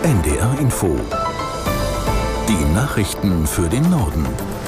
NDR Info. Die Nachrichten für den Norden.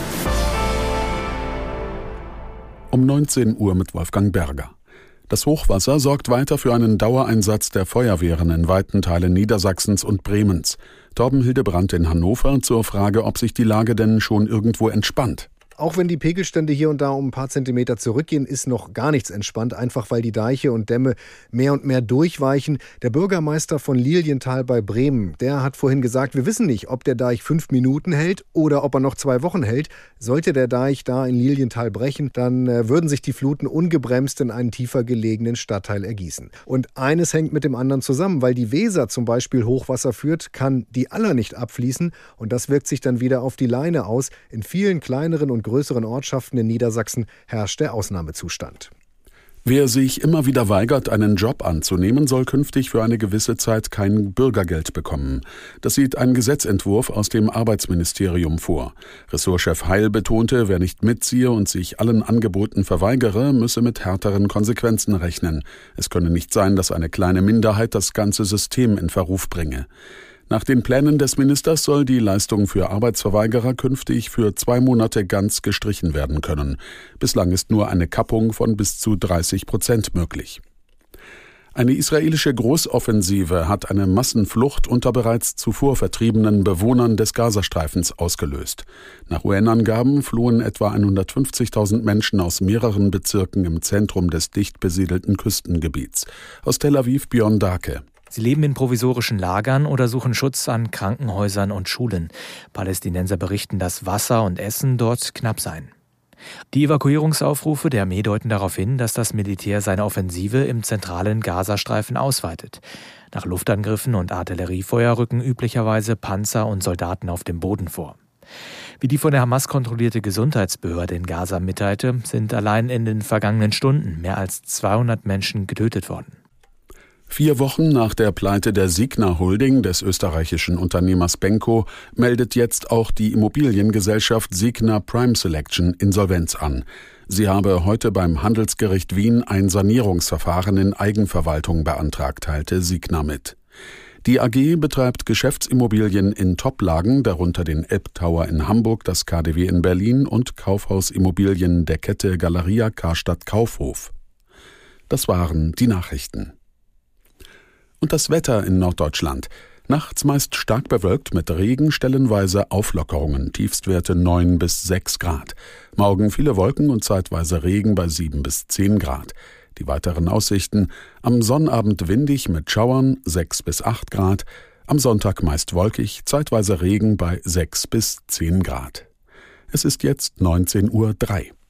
Um 19 Uhr mit Wolfgang Berger. Das Hochwasser sorgt weiter für einen Dauereinsatz der Feuerwehren in weiten Teilen Niedersachsens und Bremens. Torben Hildebrandt in Hannover zur Frage, ob sich die Lage denn schon irgendwo entspannt. Auch wenn die Pegelstände hier und da um ein paar Zentimeter zurückgehen, ist noch gar nichts entspannt, einfach weil die Deiche und Dämme mehr und mehr durchweichen. Der Bürgermeister von Lilienthal bei Bremen, der hat vorhin gesagt, wir wissen nicht, ob der Deich 5 Minuten hält oder ob er noch 2 Wochen hält. Sollte der Deich da in Lilienthal brechen, dann würden sich die Fluten ungebremst in einen tiefer gelegenen Stadtteil ergießen. Und eines hängt mit dem anderen zusammen, weil die Weser zum Beispiel Hochwasser führt, kann die Aller nicht abfließen und das wirkt sich dann wieder auf die Leine aus. In vielen kleineren und größeren Ortschaften in Niedersachsen herrscht der Ausnahmezustand. Wer sich immer wieder weigert, einen Job anzunehmen, soll künftig für eine gewisse Zeit kein Bürgergeld bekommen. Das sieht ein Gesetzentwurf aus dem Arbeitsministerium vor. Ressortchef Heil betonte, wer nicht mitziehe und sich allen Angeboten verweigere, müsse mit härteren Konsequenzen rechnen. Es könne nicht sein, dass eine kleine Minderheit das ganze System in Verruf bringe. Nach den Plänen des Ministers soll die Leistung für Arbeitsverweigerer künftig für 2 Monate ganz gestrichen werden können. Bislang ist nur eine Kappung von bis zu 30% möglich. Eine israelische Großoffensive hat eine Massenflucht unter bereits zuvor vertriebenen Bewohnern des Gazastreifens ausgelöst. Nach UN-Angaben flohen etwa 150.000 Menschen aus mehreren Bezirken im Zentrum des dicht besiedelten Küstengebiets. Aus Tel Aviv Björn Dake. Sie leben in provisorischen Lagern oder suchen Schutz an Krankenhäusern und Schulen. Palästinenser berichten, dass Wasser und Essen dort knapp seien. Die Evakuierungsaufrufe der Armee deuten darauf hin, dass das Militär seine Offensive im zentralen Gazastreifen ausweitet. Nach Luftangriffen und Artilleriefeuer rücken üblicherweise Panzer und Soldaten auf dem Boden vor. Wie die von der Hamas kontrollierte Gesundheitsbehörde in Gaza mitteilte, sind allein in den vergangenen Stunden mehr als 200 Menschen getötet worden. 4 Wochen nach der Pleite der Signa Holding des österreichischen Unternehmers Benko meldet jetzt auch die Immobiliengesellschaft Signa Prime Selection Insolvenz an. Sie habe heute beim Handelsgericht Wien ein Sanierungsverfahren in Eigenverwaltung beantragt, teilte Signa mit. Die AG betreibt Geschäftsimmobilien in Toplagen, darunter den Elbtower in Hamburg, das KaDeWe in Berlin und Kaufhausimmobilien der Kette Galeria Karstadt Kaufhof. Das waren die Nachrichten. Und das Wetter in Norddeutschland. Nachts meist stark bewölkt mit Regen, stellenweise Auflockerungen, Tiefstwerte 9 bis 6 Grad. Morgen viele Wolken und zeitweise Regen bei 7 bis 10 Grad. Die weiteren Aussichten: am Sonnabend windig mit Schauern 6 bis 8 Grad, am Sonntag meist wolkig, zeitweise Regen bei 6 bis 10 Grad. Es ist jetzt 19:03 Uhr.